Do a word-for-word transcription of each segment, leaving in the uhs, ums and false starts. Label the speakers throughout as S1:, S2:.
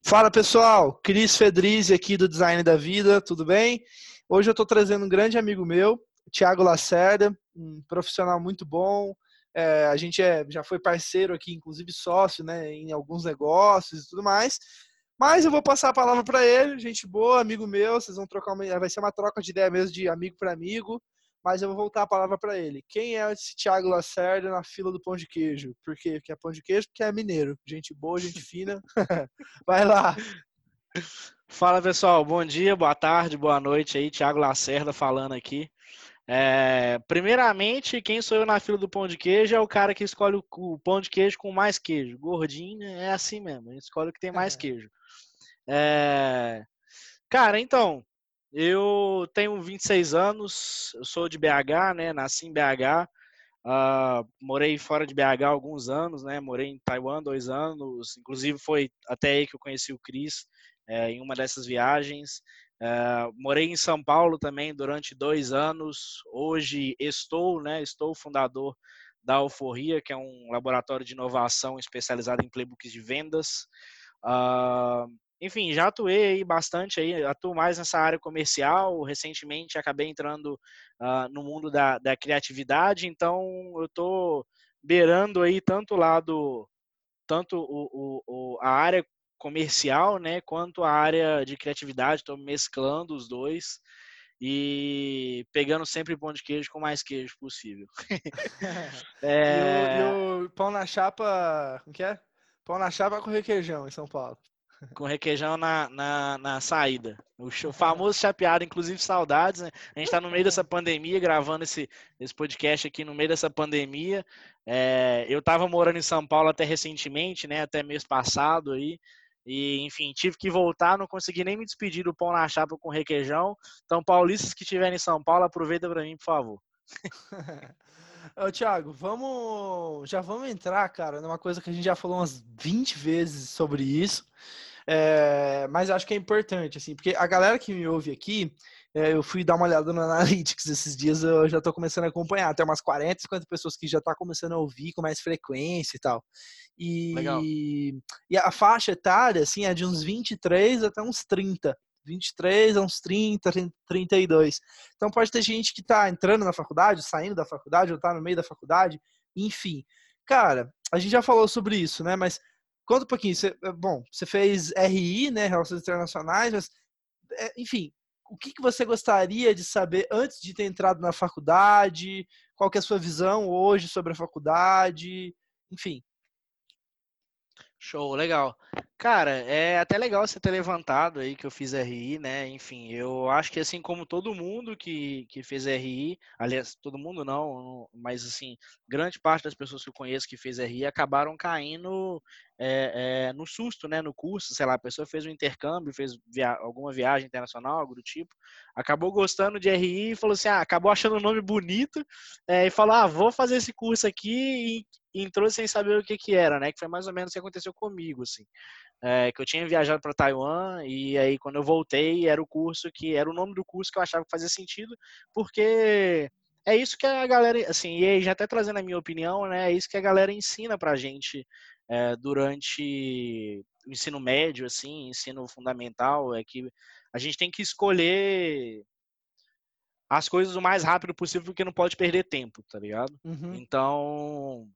S1: Fala pessoal, Cris Fedrizzi aqui do Design da Vida, tudo bem? Hoje eu estou trazendo um grande amigo meu, Thiago Lacerda, um profissional muito bom. É, a gente é, já foi parceiro aqui, inclusive sócio, né, em alguns negócios e tudo mais. Mas eu vou passar a palavra para ele, gente boa, amigo meu. Vocês vão trocar uma, vai ser uma troca de ideia mesmo de amigo para amigo. Mas eu vou voltar a palavra para ele. Quem é esse Thiago Lacerda na fila do pão de queijo? Por quê? Porque é pão de queijo, porque é mineiro. Gente boa, gente fina. Vai lá.
S2: Fala pessoal, bom dia, boa tarde, boa noite aí, Thiago Lacerda falando aqui. É, primeiramente, quem sou eu na fila do pão de queijo é o cara que escolhe o, o pão de queijo com mais queijo. Gordinho é assim mesmo, a gente escolhe o que tem mais queijo. É, cara, então, eu tenho vinte e seis anos, eu sou de B H, né? Nasci em B H, uh, morei fora de B H há alguns anos, né? Morei em Taiwan dois anos, inclusive foi até aí que eu conheci o Chris, é, em uma dessas viagens. Uh, morei em São Paulo também durante dois anos. Hoje estou, né? Estou fundador da Alforria, que é um laboratório de inovação especializado em playbooks de vendas. Uh, enfim, já atuei aí bastante, aí, atuo mais nessa área comercial. Recentemente acabei entrando uh, no mundo da, da criatividade, então eu estou beirando aí tanto o lado, tanto o, o, o, a área comercial, né, quanto a área de criatividade. Estou mesclando os dois e pegando sempre pão de queijo com mais queijo possível.
S1: E o, e
S2: é,
S1: o pão na chapa, como que é? Pão na chapa com requeijão em São Paulo.
S2: com requeijão na, na, na saída. O, o famoso chapeado, inclusive saudades, né? A gente está no meio dessa pandemia, gravando esse, esse podcast aqui no meio dessa pandemia. É, eu estava morando em São Paulo até recentemente, né? Até mês passado aí. E, enfim, tive que voltar, não consegui nem me despedir do pão na chapa com requeijão. Então, paulistas que estiverem em São Paulo, aproveita para mim, por favor.
S1: Ô, Thiago, vamos, já vamos entrar, cara, numa coisa que a gente já falou umas vinte vezes sobre isso. É, mas acho que é importante, assim, porque a galera que me ouve aqui, é, eu fui dar uma olhada no Analytics esses dias, eu já tô começando a acompanhar, tem umas quarenta, cinquenta pessoas que já tá começando a ouvir com mais frequência e tal.
S2: Legal.
S1: E, e a faixa etária, assim, é de uns vinte e três até uns trinta. vinte e três a uns trinta, trinta e dois. Então pode ter gente que tá entrando na faculdade, saindo da faculdade, ou tá no meio da faculdade, enfim. Cara, a gente já falou sobre isso, né? Mas conta um pouquinho. Você, bom, você fez R I, né? Relações Internacionais, mas, é, enfim, o que, que você gostaria de saber antes de ter entrado na faculdade? Qual que é a sua visão hoje sobre a faculdade? Enfim.
S2: Show, legal. Cara, é até legal você ter levantado aí que eu fiz R I, né? Enfim, eu acho que assim como todo mundo que, que fez R I, aliás, todo mundo não, mas assim, grande parte das pessoas que eu conheço que fez R I acabaram caindo é, é, no susto, né? No curso, sei lá, a pessoa fez um intercâmbio, fez via alguma viagem internacional, algo do tipo, acabou gostando de R I e falou assim, ah, acabou achando o nome bonito é, e falou, ah, vou fazer esse curso aqui e entrou sem saber o que que era, né? Que foi mais ou menos o que aconteceu comigo, assim. É, que eu tinha viajado para Taiwan e aí quando eu voltei era o curso que era o nome do curso que eu achava que fazia sentido, porque é isso que a galera, assim, e aí já até trazendo a minha opinião, né? É isso que a galera ensina pra gente é, durante o ensino médio, assim, ensino fundamental, é que a gente tem que escolher as coisas o mais rápido possível porque não pode perder tempo, tá ligado?
S1: Uhum.
S2: Então,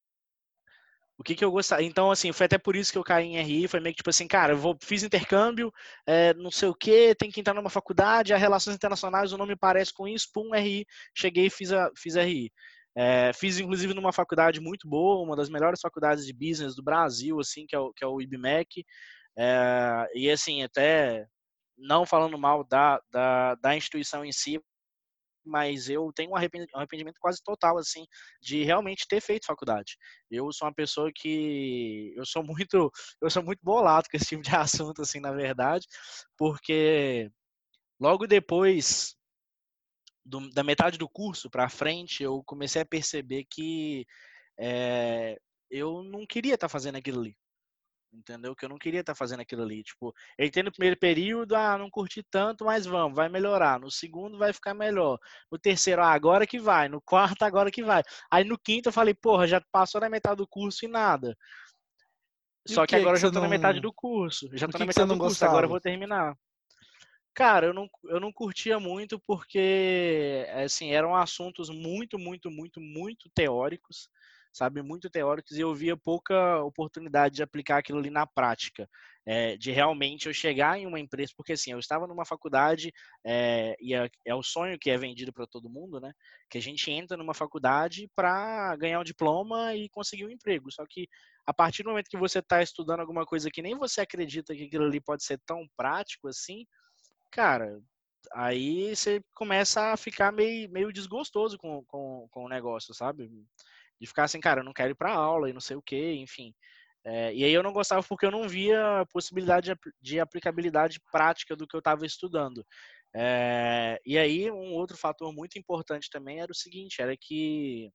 S2: o que que eu gostaria? Então, assim, foi até por isso que eu caí em R I. Foi meio que tipo assim, cara, eu vou, fiz intercâmbio, é, não sei o que, tem que entrar numa faculdade, a Relações Internacionais, o nome parece com isso, pum, R I. Cheguei e fiz, a, fiz R I. É, fiz, inclusive, numa faculdade muito boa, uma das melhores faculdades de business do Brasil, assim, que é o, que é o IBMEC. É, e, assim, até não falando mal da, da, da instituição em si, mas eu tenho um arrependimento quase total, assim, de realmente ter feito faculdade. Eu sou uma pessoa que eu sou muito, eu sou muito bolado com esse tipo de assunto, assim, na verdade, porque logo depois do, da metade do curso para frente, eu comecei a perceber que é, eu não queria estar fazendo aquilo ali. Entendeu? Que eu não queria estar fazendo aquilo ali. Tipo, eu entendo no primeiro período, ah, não curti tanto, mas vamos, vai melhorar. No segundo vai ficar melhor. No terceiro, ah, agora que vai. No quarto, agora que vai. Aí no quinto eu falei, porra, já passou da metade do curso e nada.
S1: E o
S2: Só que
S1: que
S2: agora
S1: que
S2: eu já
S1: você
S2: tô na metade
S1: não,
S2: do curso. Já
S1: o
S2: tô na
S1: que que você
S2: metade
S1: não
S2: do curso, agora eu
S1: gostava?
S2: vou terminar. Cara, eu não, eu não curtia muito porque, assim, eram assuntos muito, muito, muito, muito teóricos, sabe? Muito teóricos e eu via pouca oportunidade de aplicar aquilo ali na prática, é, de realmente eu chegar em uma empresa, porque assim, eu estava numa faculdade é, e é, é o sonho que é vendido para todo mundo, né? Que a gente entra numa faculdade para ganhar um diploma e conseguir um emprego. Só que a partir do momento que você está estudando alguma coisa que nem você acredita que aquilo ali pode ser tão prático assim, cara, aí você começa a ficar meio, meio desgostoso com, com, com o negócio, sabe? De ficar assim, cara, eu não quero ir pra aula e não sei o quê, enfim. É, e aí eu não gostava porque eu não via a possibilidade de, apl- de aplicabilidade prática do que eu estava estudando. É, e aí um outro fator muito importante também era o seguinte, era que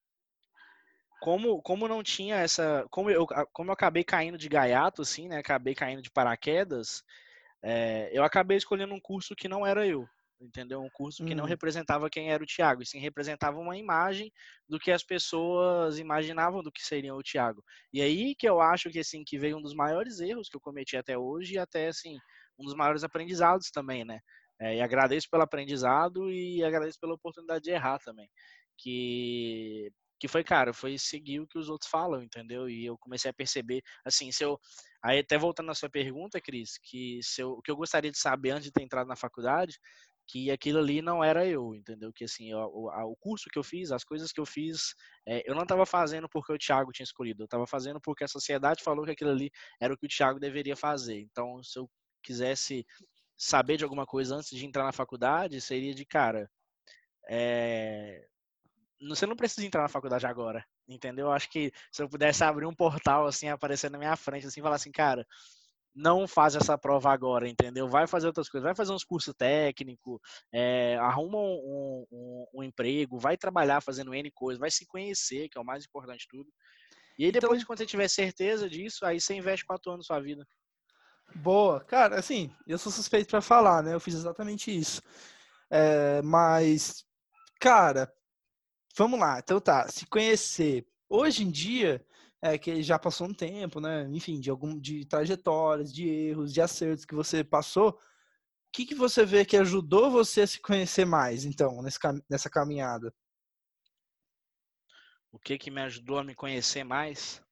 S2: como, como não tinha essa, como eu, como eu acabei caindo de gaiato, assim, né? Acabei caindo de paraquedas. É, eu acabei escolhendo um curso que não era eu, entendeu? Um curso que não
S1: Hum.
S2: representava quem era o Thiago, e sim representava uma imagem do que as pessoas imaginavam do que seria o Thiago. E aí que eu acho que assim que veio um dos maiores erros que eu cometi até hoje e até assim um dos maiores aprendizados também, né? É, e agradeço pelo aprendizado e agradeço pela oportunidade de errar também, que que foi, cara, foi seguir o que os outros falam, entendeu? E eu comecei a perceber, assim, se eu Aí até voltando à sua pergunta, Cris, que se eu, o que eu gostaria de saber antes de ter entrado na faculdade, que aquilo ali não era eu, entendeu? Que assim, o, o, o curso que eu fiz, as coisas que eu fiz, é, eu não estava fazendo porque o Thiago tinha escolhido, eu estava fazendo porque a sociedade falou que aquilo ali era o que o Thiago deveria fazer. Então, se eu quisesse saber de alguma coisa antes de entrar na faculdade, seria de, cara, é, você não precisa entrar na faculdade agora, entendeu? Eu acho que se eu pudesse abrir um portal assim, aparecer na minha frente, assim, falar assim, cara, não faz essa prova agora, entendeu? Vai fazer outras coisas, vai fazer uns cursos técnicos, é, arruma um, um, um emprego, vai trabalhar fazendo N coisas, vai se conhecer, que é o mais importante de tudo. E aí depois,
S1: Então,
S2: quando você tiver certeza disso, aí você investe quatro anos da sua vida.
S1: boa. Cara, assim, eu sou suspeito pra falar, né? Eu fiz exatamente isso. É, mas, cara, vamos lá. Então tá, se conhecer. Hoje em dia, é que já passou um tempo, né? Enfim, de algum de trajetórias, de erros, de acertos que você passou. O que que você vê que ajudou você a se conhecer mais, então, nesse, cam- nessa caminhada?
S2: O que que me ajudou a me conhecer mais?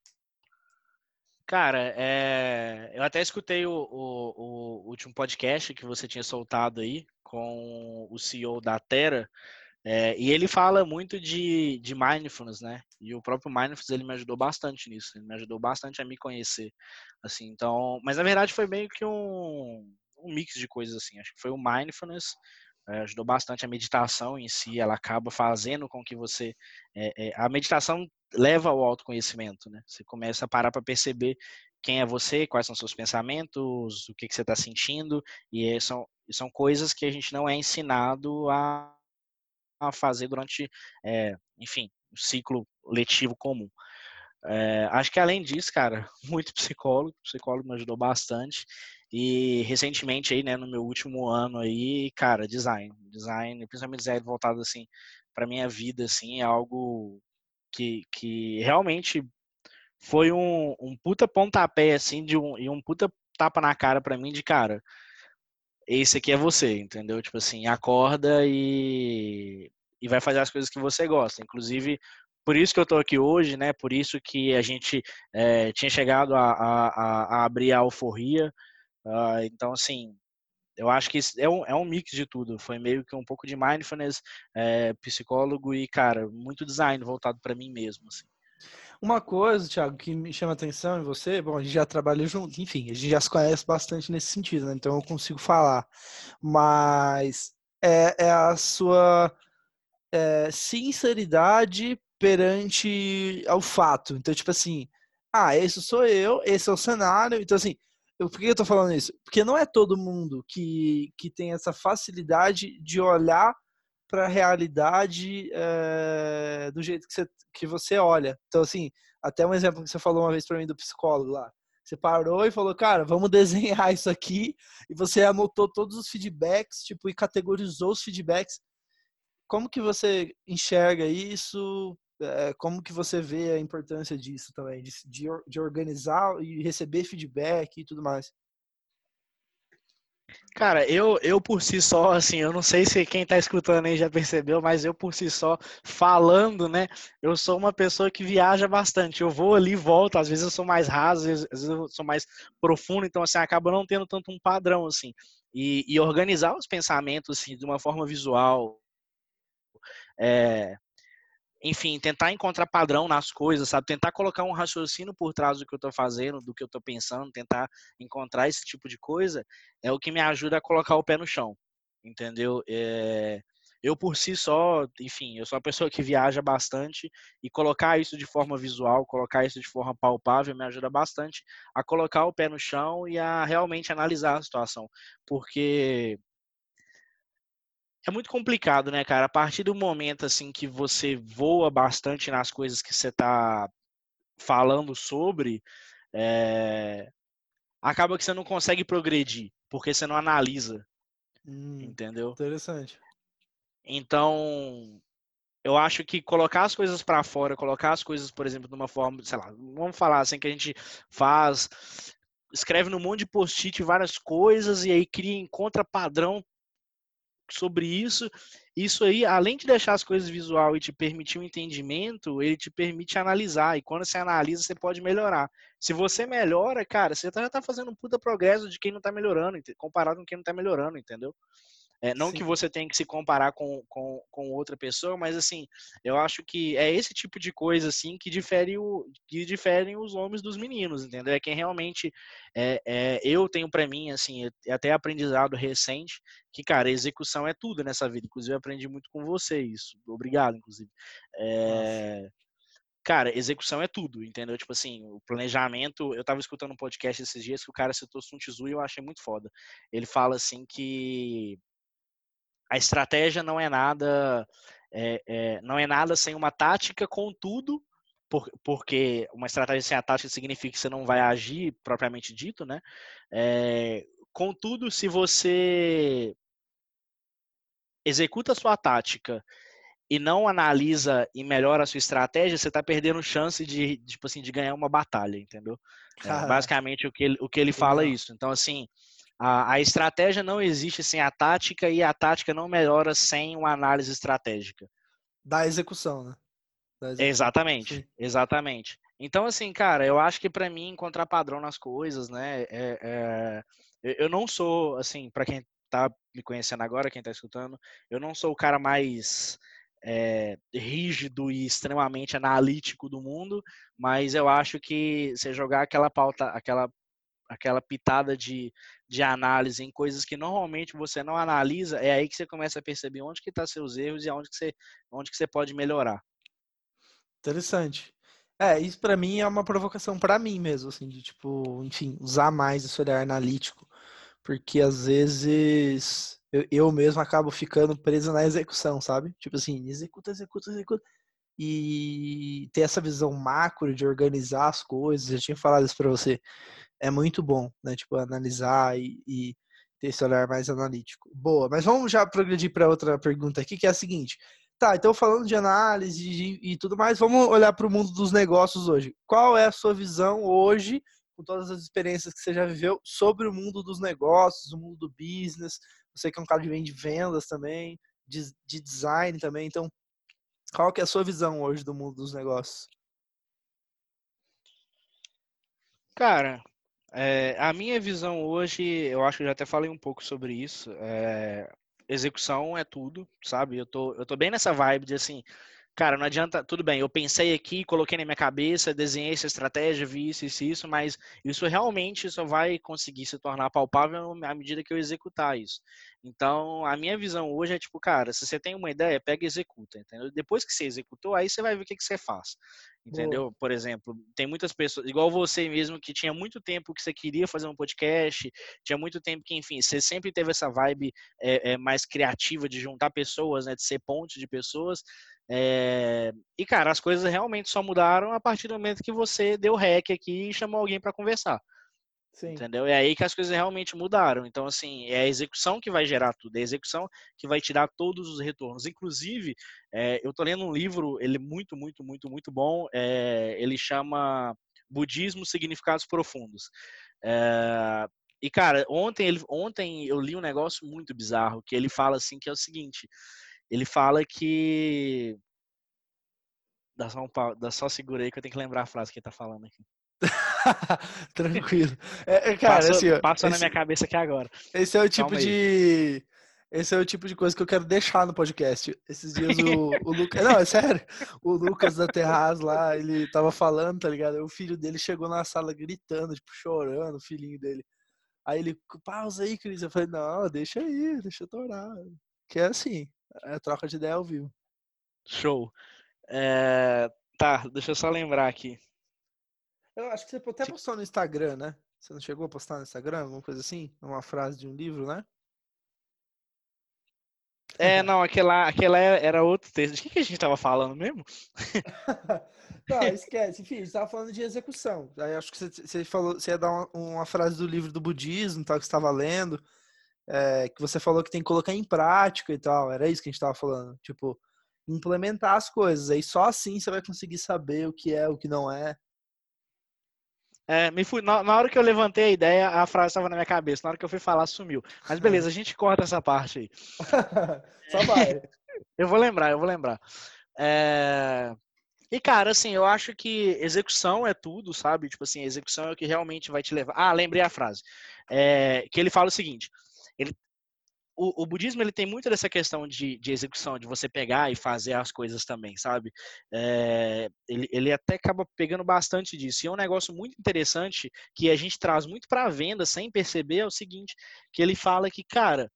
S2: Cara, é, eu até escutei o, o, o último podcast que você tinha soltado aí com o C E O da Terra. É, e ele fala muito de, de mindfulness, né? E o próprio mindfulness ele me ajudou bastante nisso. Ele me ajudou bastante a me conhecer, assim. Então, mas na verdade foi meio que um, um mix de coisas assim. Acho que foi o mindfulness é, ajudou bastante a meditação em si. Ela acaba fazendo com que você é, é, a meditação leva ao autoconhecimento, né? Você começa a parar para perceber quem é você, quais são seus pensamentos, o que, que você está sentindo e é, são são coisas que a gente não é ensinado a a fazer durante, é, enfim, o ciclo letivo comum. É, acho que além disso, cara, muito psicólogo, psicólogo me ajudou bastante. E recentemente aí, né, no meu último ano aí, cara, design, design, principalmente design voltado assim para minha vida, assim, é algo que, que realmente foi um, um puta pontapé assim de um e um puta tapa na cara para mim de cara. Esse aqui é você, entendeu? Tipo assim, acorda e, e vai fazer as coisas que você gosta. Inclusive, por isso que eu tô aqui hoje, né? Por isso que a gente é, tinha chegado a, a, a abrir a alforria. Uh, então, assim, eu acho que é um, é um mix de tudo. Foi meio que um pouco de mindfulness, é, psicólogo e, cara, muito design voltado para mim mesmo, assim.
S1: Uma coisa, Thiago, que me chama atenção em você, bom, a gente já trabalha junto, enfim, a gente já se conhece bastante nesse sentido, né? Então eu consigo falar, mas é, é a sua é, sinceridade perante ao fato. Então, tipo assim, ah, esse sou eu, esse é o cenário. Então, assim, eu, por que eu tô falando isso? Porque não é todo mundo que, que tem essa facilidade de olhar para a realidade é, do jeito que você, que você olha. Então, assim, até um exemplo que você falou uma vez para mim do psicólogo lá. Você parou e falou, cara, vamos desenhar isso aqui. E você anotou todos os feedbacks, tipo, e categorizou os feedbacks. Como que você enxerga isso? É, como que você vê a importância disso também, de, de, de organizar e receber feedback e tudo mais?
S2: Cara, eu, eu por si só, assim, eu não sei se quem tá escutando aí já percebeu, mas eu por si só, falando, né, eu sou uma pessoa que viaja bastante. Eu vou ali e volto, às vezes eu sou mais raso, às vezes, às vezes eu sou mais profundo, então, assim, acaba não tendo tanto um padrão, assim. E, e organizar os pensamentos, assim, de uma forma visual, é, enfim, tentar encontrar padrão nas coisas, sabe? Tentar colocar um raciocínio por trás do que eu tô fazendo, do que eu tô pensando, tentar encontrar esse tipo de coisa, é o que me ajuda a colocar o pé no chão, entendeu? É... Eu, por si só, enfim, eu sou uma pessoa que viaja bastante e colocar isso de forma visual, colocar isso de forma palpável, me ajuda bastante a colocar o pé no chão e a realmente analisar a situação. Porque é muito complicado, né, cara? A partir do momento assim que você voa bastante nas coisas que você tá falando sobre, é, acaba que você não consegue progredir, porque você não analisa,
S1: Hum,
S2: entendeu?
S1: interessante.
S2: Então, eu acho que colocar as coisas para fora, colocar as coisas, por exemplo, de uma forma, sei lá, vamos falar assim que a gente faz, escreve num monte de post-it várias coisas e aí cria, encontra padrão sobre isso. Isso aí, além de deixar as coisas visual e te permitir um entendimento, ele te permite analisar. E quando você analisa, você pode melhorar. Se você melhora, cara, você já tá fazendo um puta progresso de quem não tá melhorando, comparado com quem não tá melhorando, entendeu? É, não que
S1: Sim,
S2: você tenha que se comparar com, com, com outra pessoa, mas assim, eu acho que é esse tipo de coisa assim que difere o, que diferem os homens dos meninos, entendeu? É quem realmente é, é, eu tenho para mim assim, é até aprendizado recente que, cara, execução é tudo nessa vida. Inclusive, eu aprendi muito com você isso. Obrigado, inclusive.
S1: massa.
S2: É, cara, execução é tudo, entendeu? Tipo assim, o planejamento. Eu tava escutando um podcast esses dias que o cara citou Sun Tzu e eu achei muito foda. Ele fala assim que a estratégia não é nada, é, é, não é nada sem uma tática, contudo, por, porque uma estratégia sem a tática significa que você não vai agir propriamente dito, né? É, contudo, se você executa a sua tática e não analisa e melhora a sua estratégia, você está perdendo chance de, de, tipo assim, de ganhar uma batalha, entendeu? É,
S1: Caraca,
S2: basicamente o que ele, o que ele fala é
S1: genial.
S2: isso. Então, assim, a, a estratégia não existe sem a tática e a tática não melhora sem uma análise estratégica.
S1: Da execução, né? Da execução.
S2: Exatamente,
S1: Sim.
S2: exatamente. Então, assim, cara, eu acho que para mim encontrar padrão nas coisas, né? É, é, eu não sou, assim, para quem tá me conhecendo agora, quem tá escutando, eu não sou o cara mais é, rígido e extremamente analítico do mundo, mas eu acho que você jogar aquela pauta, aquela aquela pitada de, de análise em coisas que normalmente você não analisa, é aí que você começa a perceber onde que tá seus erros e aonde que você, onde que você pode melhorar.
S1: Interessante. É, isso pra mim é uma provocação pra mim mesmo, assim, de tipo, enfim, usar mais esse olhar analítico, porque às vezes eu, eu mesmo acabo ficando preso na execução, sabe? Tipo assim, executa, executa, executa, e ter essa visão macro de organizar as coisas, eu tinha falado isso pra você, é muito bom, né? Tipo, analisar e, e ter esse olhar mais analítico. Boa, mas vamos já progredir para outra pergunta aqui, que é a seguinte. Tá, então falando de análise e, e tudo mais, vamos olhar para o mundo dos negócios hoje. Qual é a sua visão hoje, com todas as experiências que você já viveu, sobre o mundo dos negócios, o mundo do business? Você que é um cara que vem de vendas também, de, de design também, então qual que é a sua visão hoje do mundo dos negócios?
S2: Cara, é, a minha visão hoje, eu acho que eu já até falei um pouco sobre isso. É, execução é tudo, sabe? Eu tô, eu tô bem nessa vibe de assim, cara, não adianta, tudo bem, eu pensei aqui, coloquei na minha cabeça, desenhei essa estratégia, vi isso, isso, isso, mas isso realmente só vai conseguir se tornar palpável à medida que eu executar isso. Então, a minha visão hoje é tipo, cara, se você tem uma ideia, pega e executa, entendeu? Depois que você executou, aí você vai ver o que, que você faz,
S1: Boa.
S2: entendeu? Por exemplo, tem muitas pessoas, igual você mesmo, que tinha muito tempo que você queria fazer um podcast, tinha muito tempo que, enfim, você sempre teve essa vibe é, é, mais criativa de juntar pessoas, né, de ser ponte de pessoas, é... e, cara, as coisas realmente só mudaram a partir do momento que você deu rec aqui e chamou alguém para conversar.
S1: Sim.
S2: Entendeu? É aí que as coisas realmente mudaram. Então, assim, é a execução que vai gerar tudo, é a execução que vai te dar todos os retornos. Inclusive, é, eu tô lendo um livro, ele é muito, muito, muito, muito bom. É, ele chama Budismo, Significados Profundos. É, e, cara, ontem, ele, ontem eu li um negócio muito bizarro, que ele fala assim, que é o seguinte, ele fala que... Dá só, um, pau- dá só segura aí que eu tenho que lembrar a frase que ele tá falando aqui.
S1: Tranquilo. É, é, cara,
S2: Passou,
S1: assim, ó,
S2: passou na minha
S1: esse,
S2: cabeça aqui agora.
S1: esse é o tipo
S2: Calma aí.
S1: de. Esse é o tipo de coisa que eu quero deixar no podcast. Esses dias o, o Lucas. Não, é sério. O Lucas da Terraz lá, ele tava falando, tá ligado? Aí o filho dele chegou na sala gritando, tipo, chorando, o filhinho dele. Aí ele, pausa aí, Cris. Eu falei, não, deixa aí, deixa eu torar. Que é assim, é troca de ideia ao vivo.
S2: Show. É, tá, deixa eu só lembrar aqui.
S1: Eu acho que você até postou no Instagram, né? Você não chegou a postar no Instagram, alguma coisa assim? Uma frase de um livro, né?
S2: É, não, aquela, aquela era outro texto. De que, que a gente tava falando mesmo?
S1: Não, esquece. Enfim, a gente tava falando de execução. Aí acho que você, você falou, você ia dar uma, uma frase do livro do budismo, tal, que você estava lendo, é, que você falou que tem que colocar em prática e tal. Era isso que a gente tava falando. Tipo, implementar as coisas. Aí só assim você vai conseguir saber o que é, o que não é.
S2: É, me fui, na, na hora que eu levantei a ideia, a frase estava na minha cabeça. Na hora que eu fui falar, sumiu. Mas beleza, a gente corta essa parte aí.
S1: Só vai.
S2: Eu vou lembrar, eu vou lembrar. É... E, cara, assim, eu acho que execução é tudo, sabe? Tipo assim, execução é o que realmente vai te levar. Ah, lembrei a frase. É... Que ele fala o seguinte: ele O, o budismo ele tem muito dessa questão de, de execução, de você pegar e fazer as coisas também, sabe? É, ele, ele até acaba pegando bastante disso. E é um negócio muito interessante que a gente traz muito para a venda sem perceber é o seguinte, que ele fala que, cara,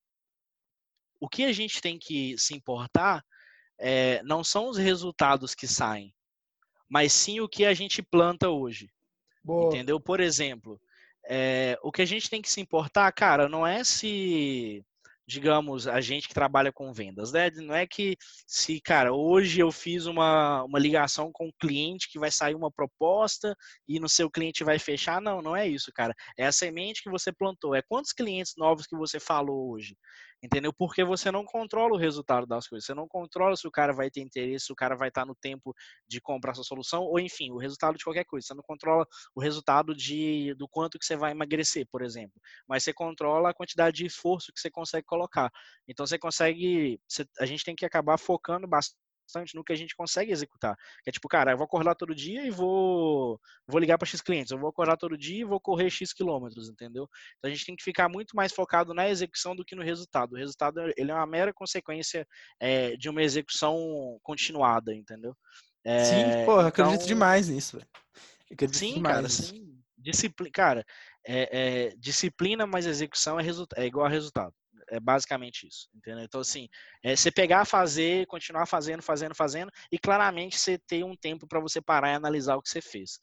S2: o que a gente tem que se importar é, não são os resultados que saem, mas sim o que a gente planta hoje.
S1: Boa.
S2: Entendeu? Por exemplo, é, o que a gente tem que se importar, cara, não é se, digamos, a gente que trabalha com vendas, né? Não é que se, cara, hoje eu fiz uma, uma ligação com um cliente que vai sair uma proposta e no seu cliente vai fechar. Não, não é isso, cara. É a semente que você plantou. É quantos clientes novos que você falou hoje. Entendeu? Porque você não controla o resultado das coisas. Você não controla se o cara vai ter interesse, se o cara vai estar no tempo de comprar sua solução, ou enfim, o resultado de qualquer coisa. Você não controla o resultado de, do quanto que você vai emagrecer, por exemplo. Mas você controla a quantidade de esforço que você consegue colocar. Então você consegue, você, a gente tem que acabar focando bastante no que a gente consegue executar. Que é tipo, cara, eu vou acordar todo dia e vou, vou ligar para X clientes, eu vou acordar todo dia e vou correr X quilômetros, entendeu? Então a gente tem que ficar muito mais focado na execução do que no resultado. O resultado ele é uma mera consequência é, de uma execução continuada, entendeu?
S1: Sim,
S2: É,
S1: pô, eu acredito
S2: então,
S1: demais nisso, velho. Eu acredito
S2: sim,
S1: demais
S2: cara,
S1: nisso.
S2: sim. Disciplina, cara, é, é, disciplina mais execução é, resulta é igual a resultado. É basicamente isso, entendeu? Então, assim, é você pegar, fazer, continuar fazendo, fazendo, fazendo, e claramente você ter um tempo para você parar e analisar o que você fez.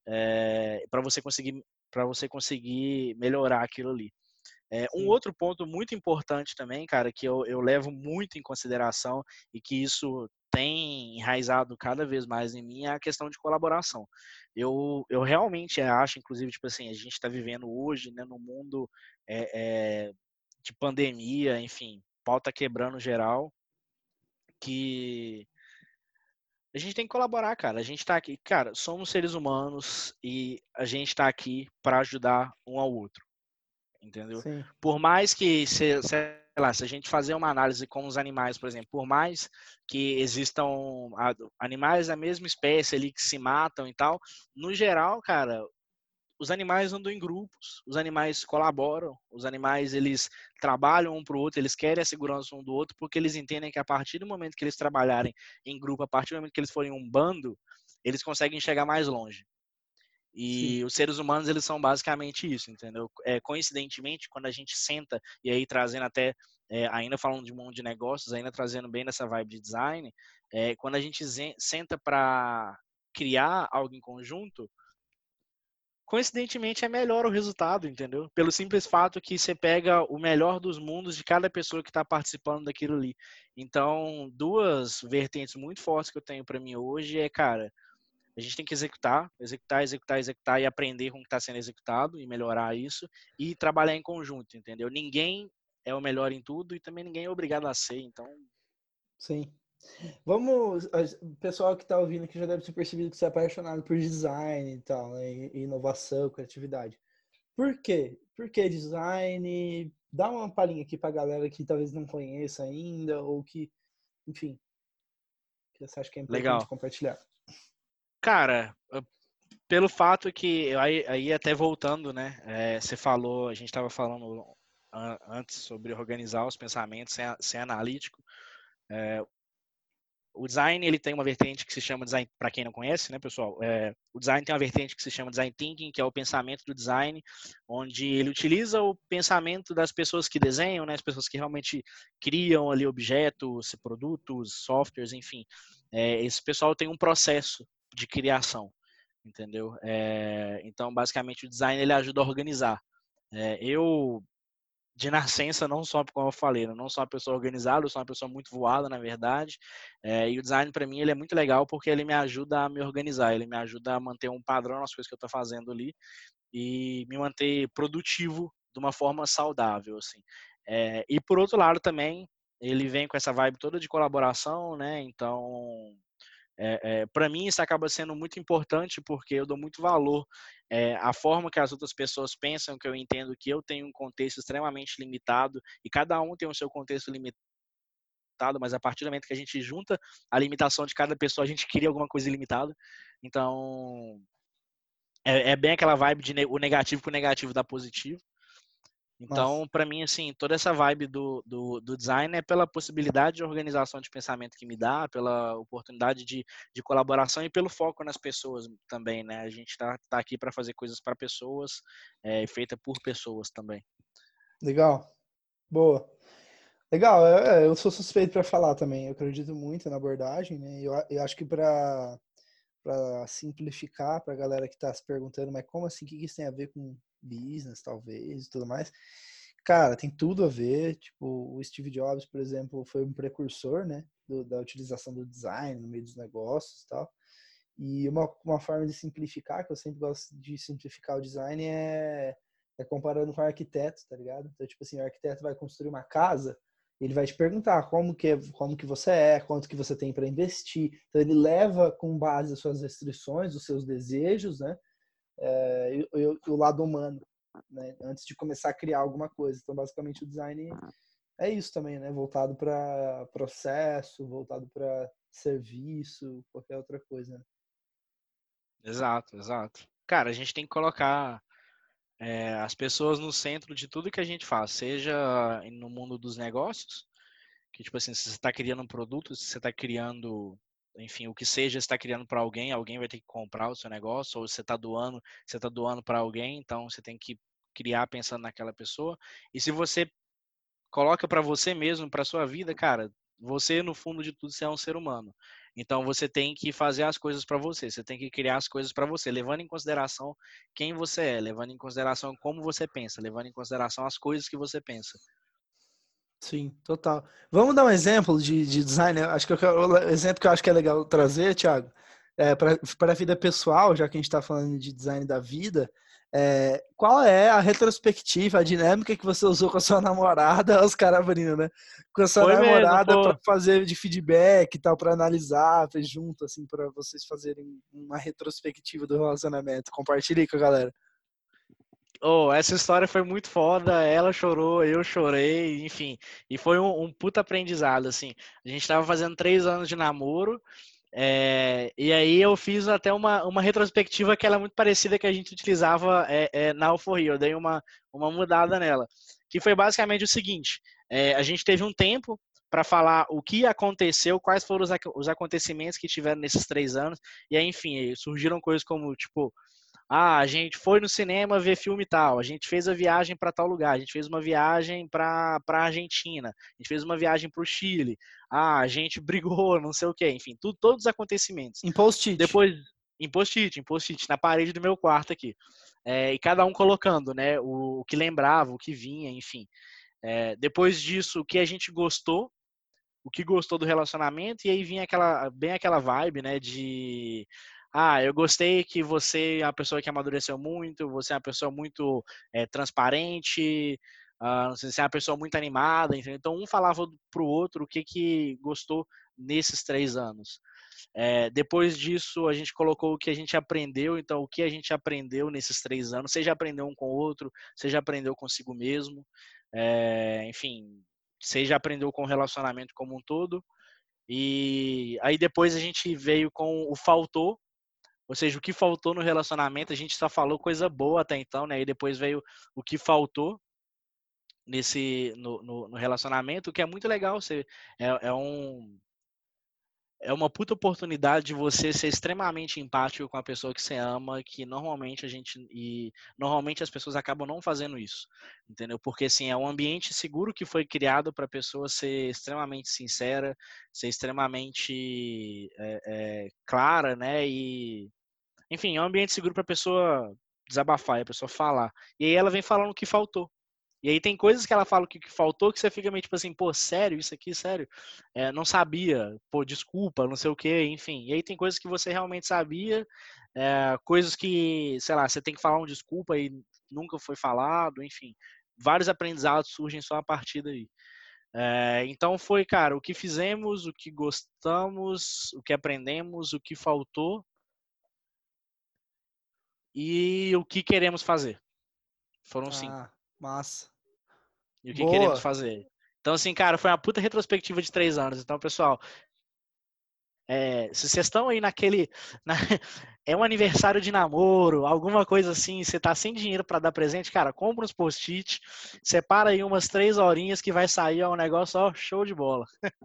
S2: É, para você conseguir para você conseguir melhorar aquilo ali. É, um
S1: Sim.
S2: outro ponto muito importante também, cara, que eu, eu levo muito em consideração e que isso tem enraizado cada vez mais em mim é a questão de colaboração. Eu, eu realmente acho, inclusive, tipo assim, a gente está vivendo hoje, né, no mundo é, é, de pandemia, enfim, pau tá quebrando geral, que a gente tem que colaborar, cara. A gente tá aqui, cara, somos seres humanos e a gente tá aqui para ajudar um ao outro. Entendeu?
S1: Sim.
S2: Por mais que, se, sei lá, se a gente fazer uma análise com os animais, por exemplo, por mais que existam animais da mesma espécie ali que se matam e tal, no geral, cara, os animais andam em grupos, os animais colaboram, os animais eles trabalham um para o outro, eles querem a segurança um do outro, porque eles entendem que a partir do momento que eles trabalharem em grupo, a partir do momento que eles forem um bando, eles conseguem chegar mais longe.
S1: Sim.
S2: E os seres humanos, eles são basicamente isso, entendeu? É, coincidentemente, quando a gente senta, e aí trazendo até, é, ainda falando de um monte de negócios, ainda trazendo bem nessa vibe de design, é, quando a gente senta para criar algo em conjunto, coincidentemente é melhor o resultado, entendeu? Pelo simples fato que você pega o melhor dos mundos de cada pessoa que está participando daquilo ali. Então, duas vertentes muito fortes que eu tenho para mim hoje é, cara, a gente tem que executar, executar, executar, executar e aprender com o que está sendo executado e melhorar isso e trabalhar em conjunto, entendeu? Ninguém é o melhor em tudo e também ninguém é obrigado a ser, então...
S1: Sim. Vamos, o pessoal que está ouvindo aqui já deve ter percebido que você é apaixonado por design e tal, né? E inovação, criatividade. Por quê? Por que design? Dá uma palhinha aqui para a galera que talvez não conheça ainda ou que, enfim, que você acha que é importante
S2: Legal.
S1: compartilhar.
S2: Cara, pelo fato que, aí, aí até voltando, né, é, você falou, a gente estava falando antes sobre organizar os pensamentos, ser, ser analítico. É, o design, ele tem uma vertente que se chama design, para quem não conhece, né, pessoal, é, o design tem uma vertente que se chama design thinking, que é o pensamento do design, onde ele utiliza o pensamento das pessoas que desenham, né, as pessoas que realmente criam ali objetos, produtos, softwares, enfim. É, esse pessoal tem um processo de criação, entendeu? É, então, basicamente, o design ele ajuda a organizar. É, eu de nascença, não só, como eu falei, não sou uma pessoa organizada, eu sou uma pessoa muito voada, na verdade, é, e o design, para mim, ele é muito legal porque ele me ajuda a me organizar, ele me ajuda a manter um padrão nas coisas que eu estou fazendo ali e me manter produtivo de uma forma saudável, assim. É, e, por outro lado, também, ele vem com essa vibe toda de colaboração, né, então... É, é, para mim isso acaba sendo muito importante porque eu dou muito valor é, à forma que as outras pessoas pensam, que eu entendo que eu tenho um contexto extremamente limitado e cada um tem o seu contexto limitado, mas a partir do momento que a gente junta a limitação de cada pessoa, a gente cria alguma coisa ilimitada. Então, é, é bem aquela vibe de ne- o negativo com o negativo dá positivo.
S1: Nossa,
S2: Então, para mim, assim, toda essa vibe do, do, do design é pela possibilidade de organização de pensamento que me dá, pela oportunidade de, de colaboração e pelo foco nas pessoas também, né? A gente tá, tá aqui para fazer coisas para pessoas, é, feita por pessoas também.
S1: legal. Boa. Legal, é, é, eu sou suspeito para falar também. Eu acredito muito na abordagem, né? Eu, eu acho que para para simplificar para a galera que está se perguntando, mas como assim? O que isso tem a ver com business, talvez, e tudo mais? Cara, tem tudo a ver. Tipo, o Steve Jobs, por exemplo, foi um precursor, né, do, da utilização do design no meio dos negócios e tal. E uma, uma forma de simplificar, que eu sempre gosto de simplificar o design, é, é comparando com o arquiteto, tá ligado? Então, tipo assim, o arquiteto vai construir uma casa, ele vai te perguntar como que, como que você é, quanto que você tem para investir. Então, ele leva com base as suas restrições, os seus desejos, né? É, e, e, o lado humano, né? Antes de começar a criar alguma coisa. Então, basicamente, o design é isso também, né? Voltado para processo, voltado para serviço, qualquer outra coisa, né?
S2: Exato, exato. Cara, a gente tem que colocar é, as pessoas no centro de tudo que a gente faz, seja no mundo dos negócios, que tipo assim, se você está criando um produto, se você está criando, enfim, o que seja, você está criando para alguém, alguém vai ter que comprar o seu negócio, ou você está doando, você está doando para alguém, então você tem que criar pensando naquela pessoa. E se você coloca para você mesmo, para sua vida, cara, você no fundo de tudo você é um ser humano. Então você tem que fazer as coisas para você, você tem que criar as coisas para você, levando em consideração quem você é, levando em consideração como você pensa, levando em consideração as coisas que você pensa.
S1: Sim, total. Vamos dar um exemplo de, de design. Acho que eu quero- o exemplo que eu acho que é legal trazer, Thiago, é, para a vida pessoal, já que a gente está falando de design da vida, é, qual é a retrospectiva, a dinâmica que você usou com a sua namorada, os caras abrindo, né? Com a sua
S2: Foi mesmo,
S1: namorada para
S2: pô.
S1: fazer de feedback e tal, para analisar, ver junto, assim, para vocês fazerem uma retrospectiva do relacionamento. Compartilhe aí com a galera.
S2: Oh, essa história foi muito foda. Ela chorou, eu chorei, enfim. E foi um, um puta aprendizado, assim. A gente tava fazendo três anos de namoro. É, e aí eu fiz até uma, uma retrospectiva que ela é muito parecida que a gente utilizava é, é, na Alforria. Eu dei uma, uma mudada nela. Que foi basicamente o seguinte: é, a gente teve um tempo para falar o que aconteceu, quais foram os, os acontecimentos que tiveram nesses três anos. E aí, enfim, surgiram coisas como, tipo, ah, a gente foi no cinema ver filme tal, a gente fez a viagem para tal lugar, a gente fez uma viagem para a Argentina, a gente fez uma viagem para o Chile, ah, a gente brigou, não sei o que, enfim, tudo, todos os acontecimentos.
S1: Em post-it.
S2: Depois, em post-it, em post-it, na parede do meu quarto aqui. É, e cada um colocando, né, o, o que lembrava, o que vinha, enfim. É, depois disso, o que a gente gostou, o que gostou do relacionamento, e aí vinha aquela, bem aquela vibe, né, de ah, eu gostei que você é uma pessoa que amadureceu muito, você é uma pessoa muito é, transparente, ah, não sei, você é uma pessoa muito animada, entendeu? Então um falava pro outro o que que gostou nesses três anos. É, depois disso, a gente colocou o que a gente aprendeu, então o que a gente aprendeu nesses três anos, você já aprendeu um com o outro, você já aprendeu consigo mesmo, é, enfim, você já aprendeu com o relacionamento como um todo, e aí depois a gente veio com o faltou, ou seja, o que faltou no relacionamento, a gente só falou coisa boa até então, né? E depois veio o que faltou nesse no, no, no relacionamento, o que é muito legal. Você, é, é um é uma puta oportunidade de você ser extremamente empático com a pessoa que você ama, que normalmente a gente e normalmente as pessoas acabam não fazendo isso, entendeu? Porque assim, é um ambiente seguro que foi criado para a pessoa ser extremamente sincera, ser extremamente é, é, clara, né? E enfim, é um ambiente seguro para a pessoa desabafar, a pessoa falar. E aí ela vem falando o que faltou. E aí tem coisas que ela fala que, que faltou que você fica meio tipo assim, pô, sério, isso aqui, sério? É, não sabia, pô, desculpa, não sei o quê, enfim. E aí tem coisas que você realmente sabia, é, coisas que, sei lá, você tem que falar um desculpa e nunca foi falado, enfim. Vários aprendizados surgem só a partir daí. É, então foi, cara, o que fizemos, o que gostamos, o que aprendemos, o que faltou e o que queremos fazer. Foram cinco.
S1: Ah, massa.
S2: E o que queremos
S1: Boa.
S2: fazer. Então, assim, cara, foi uma puta retrospectiva de três anos. Então, pessoal, é, se vocês estão aí naquele. Na, é um aniversário de namoro, alguma coisa assim, você tá sem dinheiro para dar presente, cara, compra uns post-it, separa aí umas três horinhas que vai sair, é um negócio, ó, show de bola.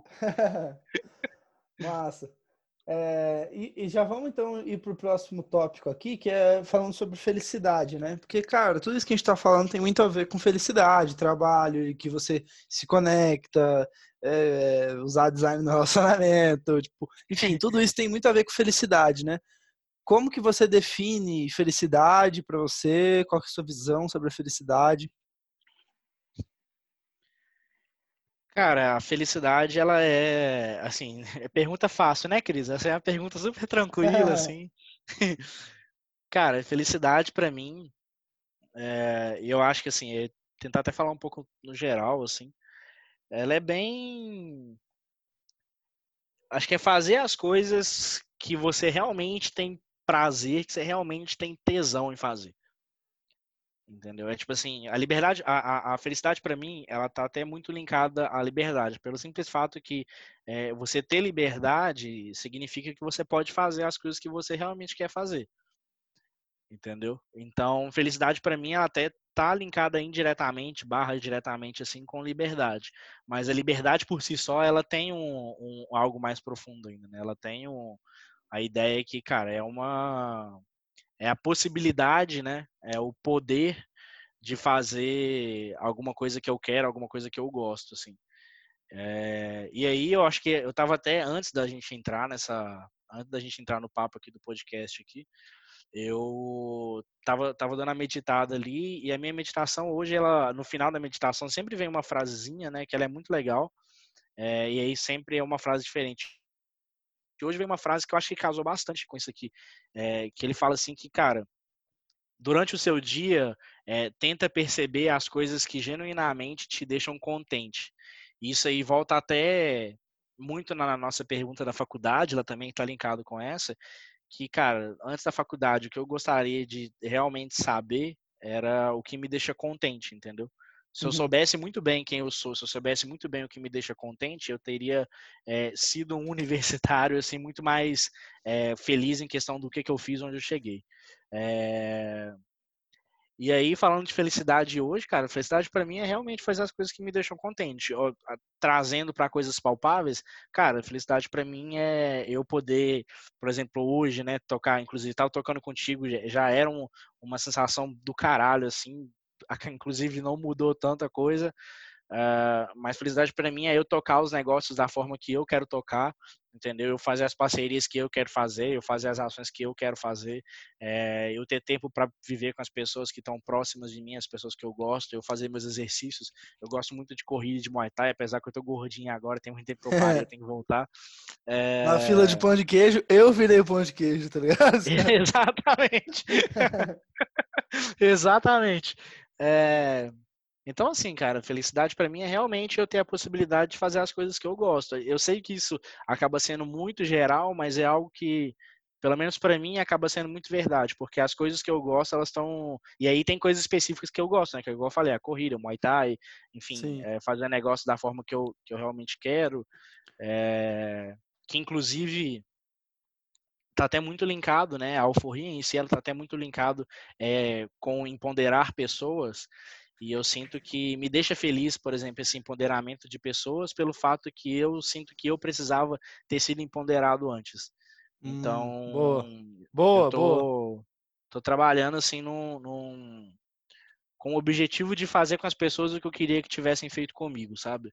S1: Massa. É, e, e já vamos então ir para o próximo tópico aqui, que é falando sobre felicidade, né? Porque, cara, tudo isso que a gente está falando tem muito a ver com felicidade, trabalho, e que você se conecta, é, usar design no relacionamento, tipo, enfim, tudo isso tem muito a ver com felicidade, né? Como que você define felicidade para você? Qual que é a sua visão sobre a felicidade?
S2: Cara, a felicidade, ela é, assim, é pergunta fácil, né, Cris? Essa é uma pergunta super tranquila, assim. Cara, felicidade pra mim, é, eu acho que, assim, é tentar até falar um pouco no geral, assim, ela é bem. Acho que é fazer as coisas que você realmente tem prazer, que você realmente tem tesão em fazer. Entendeu? É tipo assim, a liberdade, a, a, a felicidade para mim, ela tá até muito linkada à liberdade, pelo simples fato que é, você ter liberdade significa que você pode fazer as coisas que você realmente quer fazer. Entendeu? Então, felicidade para mim, ela até tá linkada indiretamente, barra diretamente assim com liberdade. Mas a liberdade por si só, ela tem um, um algo mais profundo ainda, né? Ela tem um, a ideia que, cara, é uma é a possibilidade, né? É o poder de fazer alguma coisa que eu quero, alguma coisa que eu gosto, assim. É, e aí eu acho que eu tava até antes da gente entrar nessa, antes da gente entrar no papo aqui do podcast aqui, eu tava, tava dando a meditada ali e a minha meditação hoje, ela, no final da meditação sempre vem uma frasezinha, né, que ela é muito legal, é, e aí sempre é uma frase diferente. E hoje vem uma frase que eu acho que casou bastante com isso aqui, é, que ele fala assim que, cara, durante o seu dia, é, tenta perceber as coisas que genuinamente te deixam contente. Isso aí volta até muito na nossa pergunta da faculdade, ela também está linkado com essa, que, cara, antes da faculdade, o que eu gostaria de realmente saber era o que me deixa contente, entendeu? Se eu
S1: Uhum.
S2: soubesse muito bem quem eu sou, se eu soubesse muito bem o que me deixa contente, eu teria é, sido um universitário assim muito mais é, feliz em questão do que, que eu fiz onde eu cheguei. É, e aí, falando de felicidade hoje, cara, felicidade para mim é realmente fazer as coisas que me deixam contente. Ó, a- trazendo para coisas palpáveis, cara, felicidade para mim é eu poder, por exemplo, hoje, né, tocar, inclusive, tava tocando contigo, já já era um- uma sensação do caralho, assim, a- inclusive não mudou tanta coisa, Uh, mas felicidade para mim é eu tocar os negócios da forma que eu quero tocar, entendeu? Eu fazer as parcerias que eu quero fazer, eu fazer as ações que eu quero fazer, é, eu ter tempo para viver com as pessoas que estão próximas de mim, as pessoas que eu gosto, eu fazer meus exercícios. Eu gosto muito de corrida e de Muay Thai, apesar que eu tô gordinho agora, tem muito tempo que eu parei, eu tenho que voltar.
S1: Na fila de
S2: É...
S1: pão de queijo, eu virei o pão de queijo, tá ligado?
S2: Exatamente. Exatamente. É... Então, assim, cara, felicidade para mim é realmente eu ter a possibilidade de fazer as coisas que eu gosto. Eu sei que isso acaba sendo muito geral, mas é algo que, pelo menos para mim, acaba sendo muito verdade, porque as coisas que eu gosto, elas estão... E aí tem coisas específicas que eu gosto, né? Que igual eu falei, a corrida, o Muay Thai, enfim,
S1: Sim.
S2: é, fazer negócio da forma que eu, que eu realmente quero, é... que inclusive tá até muito linkado, né? A alforria em si, ela tá até muito linkado é, com empoderar pessoas. E eu sinto que me deixa feliz, por exemplo, esse empoderamento de pessoas pelo fato que eu sinto que eu precisava ter sido empoderado antes.
S1: Hum,
S2: Então,
S1: boa.
S2: eu
S1: Boa, boa.
S2: tô, tô trabalhando assim num, num, com o objetivo de fazer com as pessoas o que eu queria que tivessem feito comigo, sabe?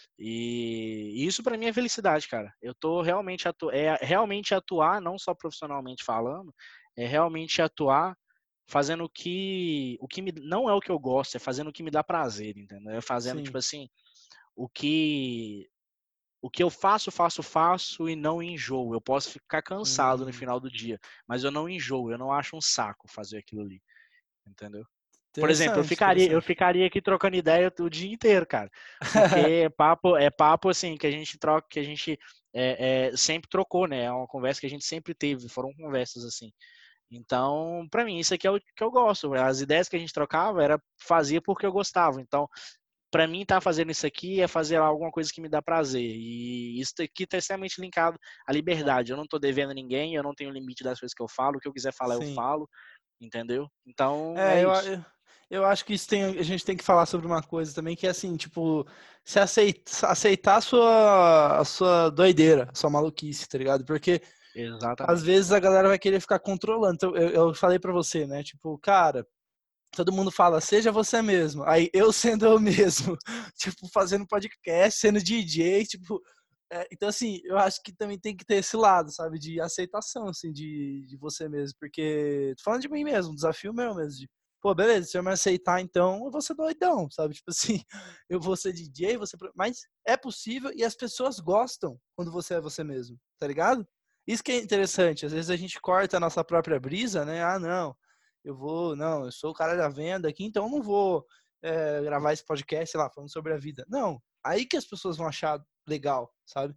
S2: E isso para mim é felicidade, cara. Eu tô realmente atu é realmente atuar, não só profissionalmente falando, é realmente atuar fazendo o que o que me não é o que eu gosto, é fazendo o que me dá prazer, entendeu? É fazendo tipo
S1: Sim.
S2: assim, o que o que eu faço, faço, faço e não enjoo. Eu posso ficar cansado no
S1: Hum,
S2: final do dia, mas eu não enjoo, eu não acho um saco fazer aquilo ali, entendeu? Por exemplo, eu
S1: interessante,
S2: ficaria, eu
S1: interessante.
S2: ficaria aqui trocando ideia o dia inteiro, cara. Porque é papo, é papo assim, que a gente troca, que a gente é, é, sempre trocou, né? É uma conversa que a gente sempre teve, foram conversas assim. Então, pra mim, isso aqui é o que eu gosto. As ideias que a gente trocava era fazer porque eu gostava. Então, pra mim, tá fazendo isso aqui é fazer alguma coisa que me dá prazer. E isso aqui tá extremamente linkado à liberdade. Eu não tô devendo a ninguém, eu não tenho limite das coisas que eu falo. O que eu quiser falar, eu
S1: Sim.
S2: falo. Entendeu? Então, é
S1: É, eu,
S2: isso.
S1: eu, eu acho que isso tem, a gente tem que falar sobre uma coisa também, que é assim, tipo, se aceita, aceitar a sua, a sua doideira, a sua maluquice, tá ligado? Porque às
S2: Exatamente.
S1: vezes a galera vai querer ficar controlando. Então, eu, eu falei pra você, né? Tipo, cara, todo mundo fala, seja você mesmo. Aí eu sendo eu mesmo, tipo, fazendo podcast, sendo D J, tipo. É, então, assim, eu acho que também tem que ter esse lado, sabe? De aceitação, assim, de, de você mesmo. Porque, tô falando de mim mesmo, um desafio meu mesmo. De, pô, beleza, se eu me aceitar, então eu vou ser doidão, sabe? Tipo assim, eu vou ser D J, você. Mas é possível e as pessoas gostam quando você é você mesmo, tá ligado? Isso que é interessante. Às vezes a gente corta a nossa própria brisa, né? Ah, não, eu vou, não, eu sou o cara da venda aqui, então eu não vou é, gravar esse podcast, sei lá, falando sobre a vida. Não, aí que as pessoas vão achar legal, sabe?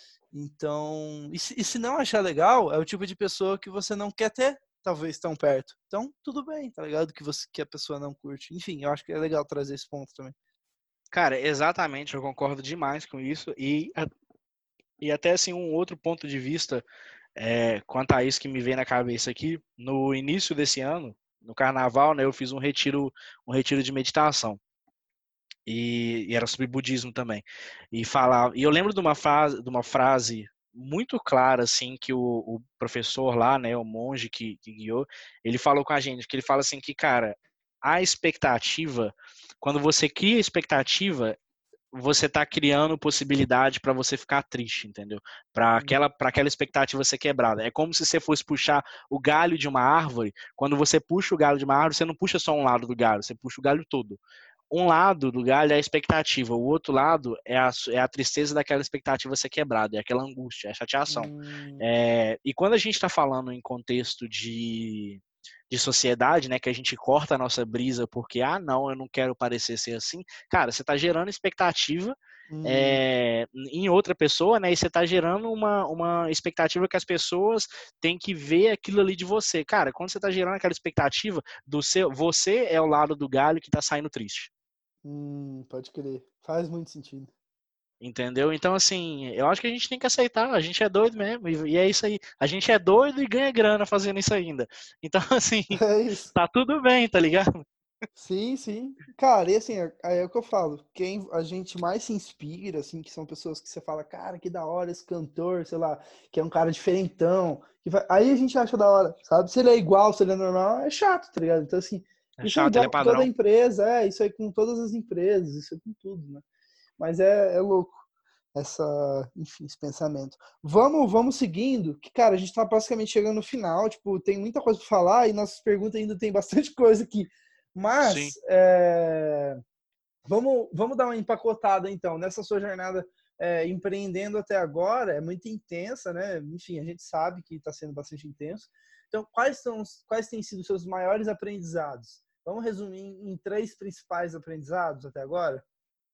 S1: Então, e se, e se não achar legal, é o tipo de pessoa que você não quer ter, talvez, tão perto. Então, tudo bem, tá ligado? Que, você, que a pessoa não curte. Enfim, eu acho que é legal trazer esse ponto também.
S2: Cara, exatamente, eu concordo demais com isso. E, e até assim, um outro ponto de vista é, quanto a isso que me vem na cabeça aqui, no início desse ano, no carnaval, né, eu fiz um retiro, um retiro de meditação. E, e era sobre budismo também. E falava, e eu lembro de uma frase, de uma frase muito clara assim que o, o professor lá, né, o monge que, que guiou, ele falou com a gente, que ele fala assim que, cara, a expectativa, quando você cria expectativa, você tá criando possibilidade para você ficar triste, entendeu? Para aquela, para aquela expectativa ser quebrada. É como se você fosse puxar o galho de uma árvore. Quando você puxa o galho de uma árvore, você não puxa só um lado do galho, você puxa o galho todo. Um lado do galho é a expectativa, o outro lado é a, é a tristeza daquela expectativa ser quebrada, é aquela angústia, é a chateação.
S1: Hum,
S2: É, e quando a gente está falando em contexto de, de sociedade, né, que a gente corta a nossa brisa porque, ah, não, eu não quero parecer ser assim, cara, você está gerando expectativa
S1: hum,
S2: é, em outra pessoa, né, e você está gerando uma, uma expectativa que as pessoas têm que ver aquilo ali de você. Cara, quando você está gerando aquela expectativa do seu, você é o lado do galho que está saindo triste.
S1: hum, pode crer. Faz muito sentido.
S2: Entendeu? Então, assim, eu acho que a gente tem que aceitar. A gente é doido mesmo. E, e é isso aí. A gente é doido e ganha grana fazendo isso ainda. Então, assim,
S1: É isso.
S2: tá tudo bem, tá ligado?
S1: Sim, sim. Cara, e assim, é, é o que eu falo. Quem a gente mais se inspira, assim, que são pessoas que você fala, cara, que da hora esse cantor, sei lá, que é um cara diferentão. Que vai... Aí a gente acha da hora, sabe? Se ele é igual, se ele é normal, é chato, tá ligado? Então, assim,
S2: É
S1: isso é
S2: chato, ele é
S1: igual com toda
S2: padrão.
S1: empresa, é, isso aí com todas as empresas, isso é com tudo, né? Mas é, é louco essa, enfim, esse pensamento. Vamos, vamos seguindo, que, cara, a gente tá praticamente chegando no final, tipo, tem muita coisa para falar e nossas perguntas ainda tem bastante coisa aqui.
S2: Sim.
S1: Mas, é, vamos, vamos dar uma empacotada, então, nessa sua jornada é, empreendendo até agora, é muito intensa, né? Enfim, a gente sabe que está sendo bastante intenso. Então, quais são, quais têm sido os seus maiores aprendizados? Vamos resumir em, em três principais aprendizados até agora?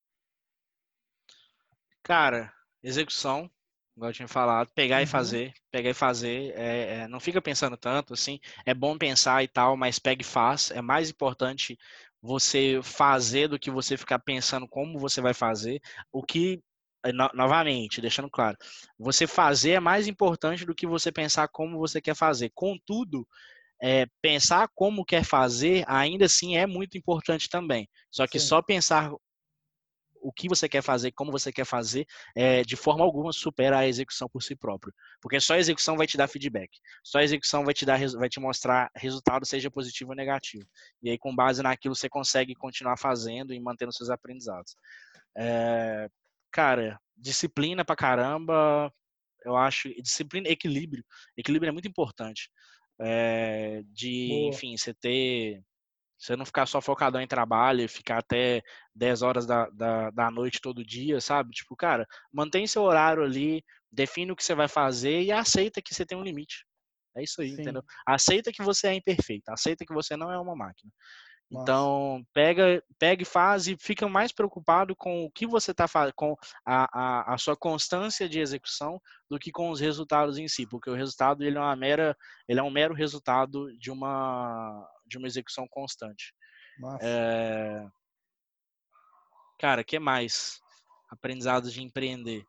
S2: Cara, execução, igual eu tinha falado, pegar e
S1: Uhum.
S2: fazer, pegar e fazer, é, é, não fica pensando tanto, assim, é bom pensar e tal, mas pega e faz, é mais importante você fazer do que você ficar pensando como você vai fazer, o que, no, novamente, deixando claro, você fazer é mais importante do que você pensar como você quer fazer, contudo, é, pensar como quer fazer ainda assim é muito importante também, só que
S1: Sim.
S2: só pensar o que você quer fazer, como você quer fazer, é, de forma alguma supera a execução por si próprio. Porque só a execução vai te dar feedback. Só a execução vai te dar, vai te mostrar resultado, seja positivo ou negativo. E aí, com base naquilo, você consegue continuar fazendo e mantendo seus aprendizados. É, cara, disciplina pra caramba, eu acho. Disciplina, equilíbrio. Equilíbrio é muito importante. É, de,
S1: Boa.
S2: enfim, você ter você não ficar só focadão em trabalho e ficar até dez horas da, da, da noite todo dia, sabe? Tipo, cara, mantém seu horário ali, define o que você vai fazer e aceita que você tem um limite. É isso aí,
S1: Sim.
S2: entendeu? Aceita que você é imperfeito, aceita que você não é uma máquina.
S1: Massa.
S2: Então, pega, pega e faz e fica mais preocupado com o que você está fazendo, com a, a, a sua constância de execução do que com os resultados em si, porque o resultado ele é uma mera, ele é um mero resultado de uma, de uma execução constante.
S1: Massa.
S2: É, cara, que mais? Aprendizados de empreender.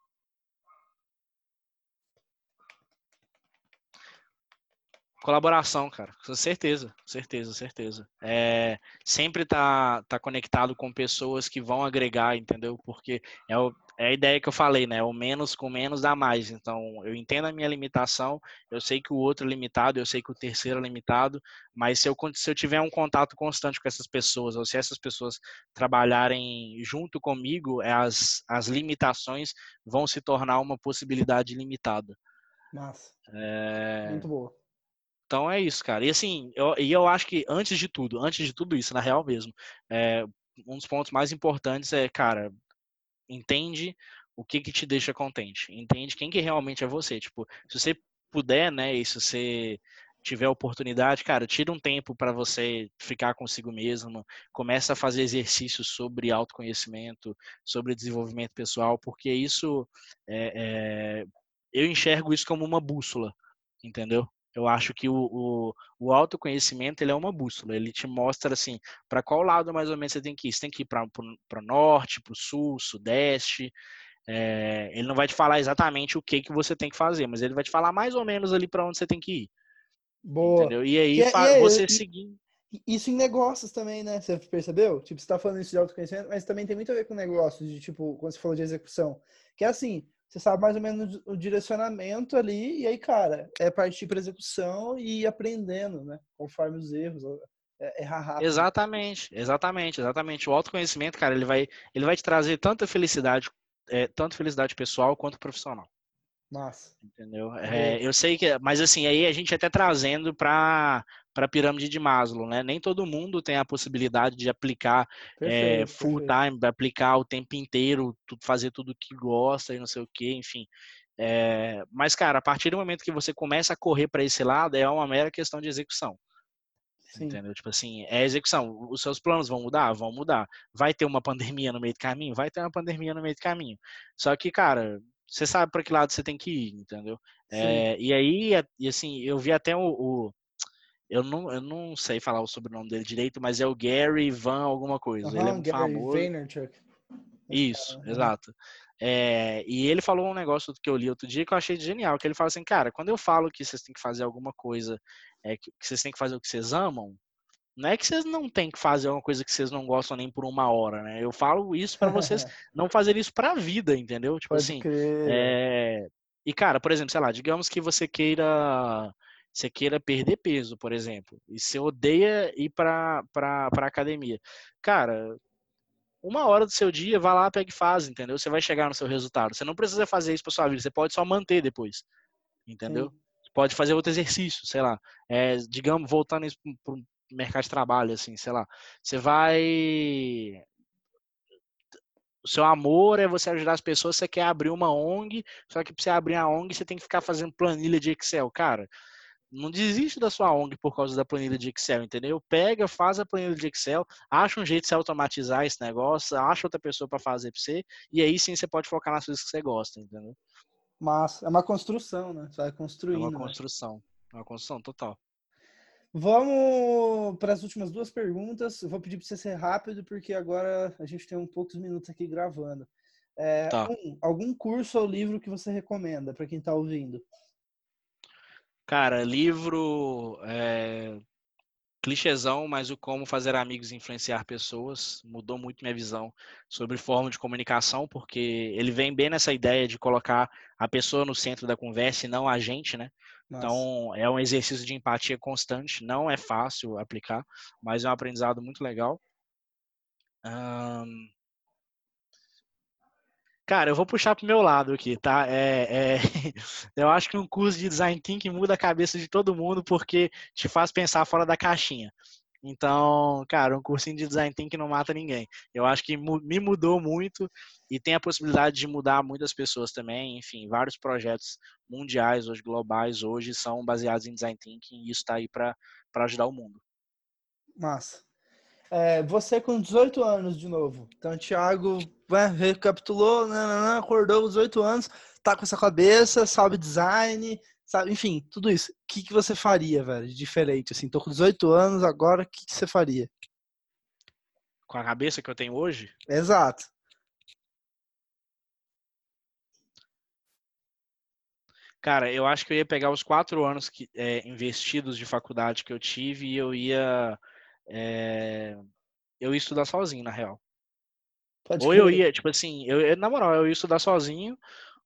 S2: Colaboração, cara, com certeza, certeza, certeza. É, sempre tá, tá conectado com pessoas que vão agregar, entendeu? Porque é, o, é a ideia que eu falei, né? O menos com menos dá mais. Então, eu entendo a minha limitação, eu sei que o outro é limitado, eu sei que o terceiro é limitado, mas se eu, se eu tiver um contato constante com essas pessoas, ou se essas pessoas trabalharem junto comigo, as, as limitações vão se tornar uma possibilidade limitada.
S1: Massa.
S2: É,
S1: Muito boa.
S2: então é isso, cara. E assim, eu, e eu acho que antes de tudo, antes de tudo isso, na real mesmo, é, um dos pontos mais importantes é, cara, entende o que que te deixa contente. Entende quem que realmente é você. Tipo, se você puder, né, e se você tiver oportunidade, cara, tira um tempo para você ficar consigo mesmo, começa a fazer exercícios sobre autoconhecimento, sobre desenvolvimento pessoal, porque isso é, é, eu enxergo isso como uma bússola, entendeu? Eu acho que o, o, o autoconhecimento ele é uma bússola, ele te mostra assim para qual lado mais ou menos você tem que ir. Você tem que ir para o norte, para o sul, sudeste. É, ele não vai te falar exatamente o que, que você tem que fazer, mas ele vai te falar mais ou menos ali para onde você tem que ir.
S1: Boa.
S2: Entendeu? E
S1: E,
S2: aí
S1: é- e, é-
S2: você
S1: e-
S2: seguindo.
S1: isso em negócios também, né? Você percebeu? Tipo, você tá falando isso de autoconhecimento, mas também tem muito a ver com negócios, de tipo, quando você falou de execução. Que é assim, você sabe mais ou menos o direcionamento ali, e aí, cara, é partir para execução e ir aprendendo, né? Conforme os erros, é, errar rápido.
S2: Exatamente, exatamente, exatamente. O autoconhecimento, cara, ele vai, ele vai te trazer tanta felicidade, é, tanto felicidade pessoal quanto profissional.
S1: Massa.
S2: Entendeu? É,
S1: Boa.
S2: eu sei que, mas assim, aí a gente até trazendo para para a pirâmide de Maslow, né? Nem todo mundo tem a possibilidade de aplicar é,
S1: Perfeito,
S2: full
S1: perfeito.
S2: time, de aplicar o tempo inteiro, tu- fazer tudo que gosta e não sei o que, enfim. É, mas, cara, a partir do momento que você começa a correr para esse lado, é uma mera questão de execução.
S1: Sim,
S2: Entendeu? Tipo assim, é execução. Os seus planos vão mudar? Vão mudar. Vai ter uma pandemia no meio do caminho? Vai ter uma pandemia no meio do caminho. Só que, cara, você sabe para que lado você tem que ir, entendeu?
S1: sim.
S2: É, e aí, e assim, eu vi até o, o- eu não, eu não sei falar o sobrenome dele direito, mas é o Gary Van alguma coisa. Ele é
S1: Aham,
S2: muito
S1: Gary
S2: famoso.
S1: Vaynerchuk. Esse
S2: Isso,
S1: cara. Aham.
S2: exato. É, e ele falou um negócio que eu li outro dia que eu achei genial, que ele fala assim, cara, quando eu falo que vocês têm que fazer alguma coisa, é, que que vocês têm que fazer o que vocês amam, não é que vocês não têm que fazer uma coisa que vocês não gostam nem por uma hora, né? Eu falo isso para vocês não fazerem isso pra vida, entendeu? Tipo
S1: Pode
S2: assim,
S1: crer.
S2: é... e cara, por exemplo, sei lá, digamos que você queira você queira perder peso, por exemplo, e você odeia ir pra, pra, pra academia. Cara, uma hora do seu dia, vai lá, pega e faz, entendeu? Você vai chegar no seu resultado. Você não precisa fazer isso pra sua vida, você pode só manter depois, entendeu?
S1: Sim.
S2: Você pode fazer outro exercício, sei lá. É, digamos, voltando isso pro mercado de trabalho, assim, sei lá. Você vai... O seu amor é você ajudar as pessoas, você quer abrir uma O N G, só que pra você abrir a O N G, você tem que ficar fazendo planilha de Excel. Cara, não desiste da sua O N G por causa da planilha de Excel, entendeu? Pega, faz a planilha de Excel, acha um jeito de você automatizar esse negócio, acha outra pessoa para fazer para você, e aí sim você pode focar nas coisas que você gosta, entendeu?
S1: Mas é uma construção, né? Você vai
S2: É uma
S1: construindo, né?
S2: construção, é uma construção total.
S1: Vamos para as últimas duas perguntas. Eu vou pedir para você ser rápido, porque agora a gente tem um poucos minutos aqui gravando. É,
S2: Tá.
S1: um, algum curso ou livro que você recomenda para quem está ouvindo?
S2: Cara, livro é, clichêzão, mas o Como Fazer Amigos e Influenciar Pessoas mudou muito minha visão sobre forma de comunicação, porque ele vem bem nessa ideia de colocar a pessoa no centro da conversa e não a gente, né?
S1: Nossa,
S2: Então, é um exercício de empatia constante, não é fácil aplicar, mas é um aprendizado muito legal. Hum, Cara, eu vou puxar pro meu lado aqui, tá? É, é... Eu acho que um curso de Design Thinking muda a cabeça de todo mundo porque te faz pensar fora da caixinha. Então, cara, um cursinho de Design Thinking não mata ninguém. Eu acho que me mudou muito e tem a possibilidade de mudar muitas pessoas também. Enfim, vários projetos mundiais, hoje globais, hoje são baseados em Design Thinking e isso está aí para ajudar o mundo.
S1: massa. É, você com dezoito anos de novo. Então, o Thiago né, recapitulou, nananã, acordou com dezoito anos, tá com essa cabeça, sabe design, sabe, enfim, tudo isso. O que, que você faria, velho, de diferente? Assim, tô com dezoito anos, agora o que, que você faria?
S2: Com a cabeça que eu tenho hoje,
S1: Exato.
S2: cara, eu acho que eu ia pegar os quatro anos que, é, investidos de faculdade que eu tive e eu ia, é, eu ia estudar sozinho, na real.
S1: Pode
S2: Ou eu
S1: crer.
S2: ia, tipo assim, eu, eu- na moral, eu ia estudar sozinho,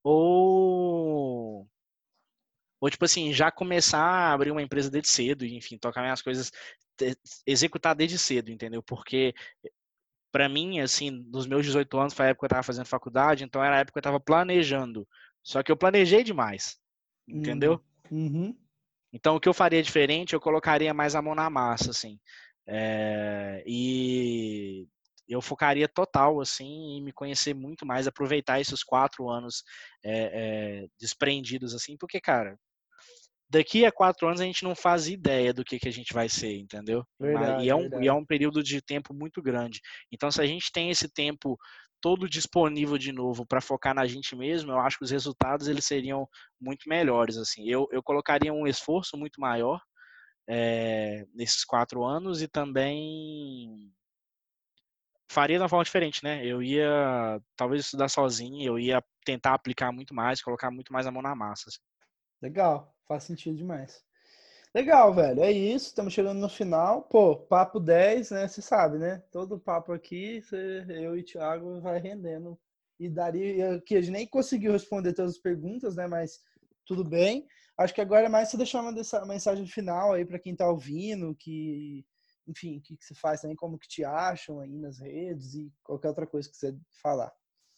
S2: ou, ou tipo assim, já começar a abrir uma empresa desde cedo, e, enfim, tocar minhas coisas, te- executar desde cedo, entendeu? Porque, pra mim, assim, nos meus dezoito anos, foi a época que eu tava fazendo faculdade, então era a época que eu tava planejando. Só que eu planejei demais,
S1: Hum,
S2: entendeu?
S1: uhum.
S2: Então, o que eu faria diferente, eu colocaria mais a mão na massa, assim. É, e eu focaria total, assim, em me conhecer muito mais, aproveitar esses quatro anos é, é, desprendidos, assim, porque, cara, daqui a quatro anos a gente não faz ideia do que, que a gente vai ser, entendeu? E
S1: Verdade,
S2: é, um, e é
S1: verdade.
S2: um período de tempo muito grande. Então, se a gente tem esse tempo todo disponível de novo para focar na gente mesmo, eu acho que os resultados eles seriam muito melhores. Assim, eu, eu colocaria um esforço muito maior é, nesses quatro anos e também faria de uma forma diferente, né? Eu ia talvez estudar sozinho, eu ia tentar aplicar muito mais, colocar muito mais a mão na massa. Assim.
S1: Legal, faz sentido demais. Legal, velho. É isso, estamos chegando no final. Pô, papo dez, né? Você sabe, né? Todo papo aqui, você- eu e o Thiago vai rendendo. E daria que a gente nem conseguiu responder todas as perguntas, né? Mas tudo bem. Acho que agora é mais você deixar uma dessa- mensagem final aí para quem tá ouvindo, que, enfim, o que, que você faz também, como que te acham aí nas redes e qualquer outra coisa que você falar.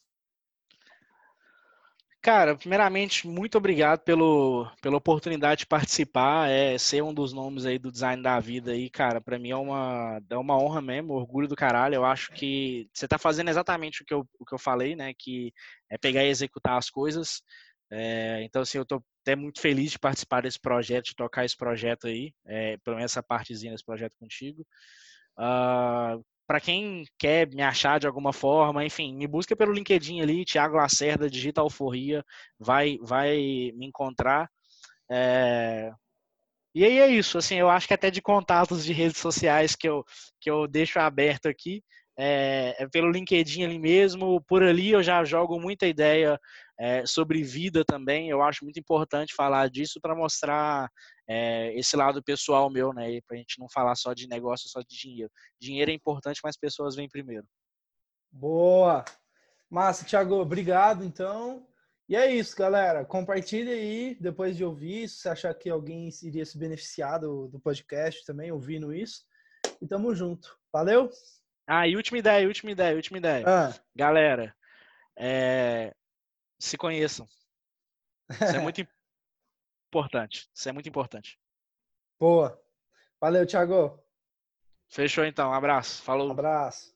S2: Cara, primeiramente, muito obrigado pelo, pela oportunidade de participar, é, ser um dos nomes aí do design da vida aí, cara, pra mim é uma, é uma honra mesmo, orgulho do caralho, eu acho que você tá fazendo exatamente o que eu, o que eu falei, né, que é pegar e executar as coisas, é, então assim, eu tô até muito feliz de participar desse projeto, de tocar esse projeto aí, é, pelo menos essa partezinha desse projeto contigo. Uh, para quem quer me achar de alguma forma, enfim, me busca pelo LinkedIn ali, Thiago Lacerda, digita Alforria, vai, vai me encontrar. É... E aí é isso, assim, eu acho que até de contatos de redes sociais que eu, que eu deixo aberto aqui, é, é pelo LinkedIn ali mesmo, por ali eu já jogo muita ideia é, sobre vida também, eu acho muito importante falar disso para mostrar é, esse lado pessoal meu, né, para a gente não falar só de negócio, só de dinheiro. Dinheiro é importante, mas pessoas vêm primeiro.
S1: Boa! Massa, Thiago, obrigado, então. E é isso, galera. Compartilhe aí depois de ouvir, se achar que alguém iria se beneficiar do, do podcast também, ouvindo isso. E tamo junto. Valeu?
S2: Ah, e última ideia, última ideia, última ideia.
S1: Ah.
S2: Galera, é, se conheçam. Isso é muito importante. Isso é muito importante.
S1: Boa. Valeu, Thiago.
S2: Fechou então. Um abraço. Falou.
S1: Abraço.